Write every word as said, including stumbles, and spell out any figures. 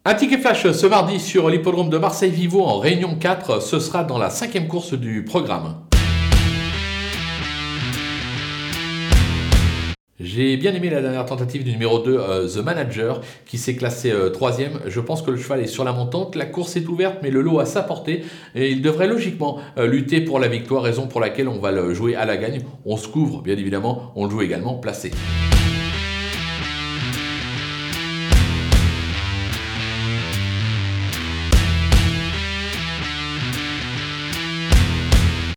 Un ticket flash ce mardi sur l'hippodrome de Marseille-Vivo en Réunion quatre, ce sera dans la cinquième course du programme. J'ai bien aimé la dernière tentative du numéro deux, euh, The Manager, qui s'est classé euh, troisième. Je pense que le cheval est sur la montante, la course est ouverte, mais le lot a sa portée, et il devrait logiquement euh, lutter pour la victoire, raison pour laquelle on va le jouer à la gagne. On se couvre, bien évidemment, on le joue également placé.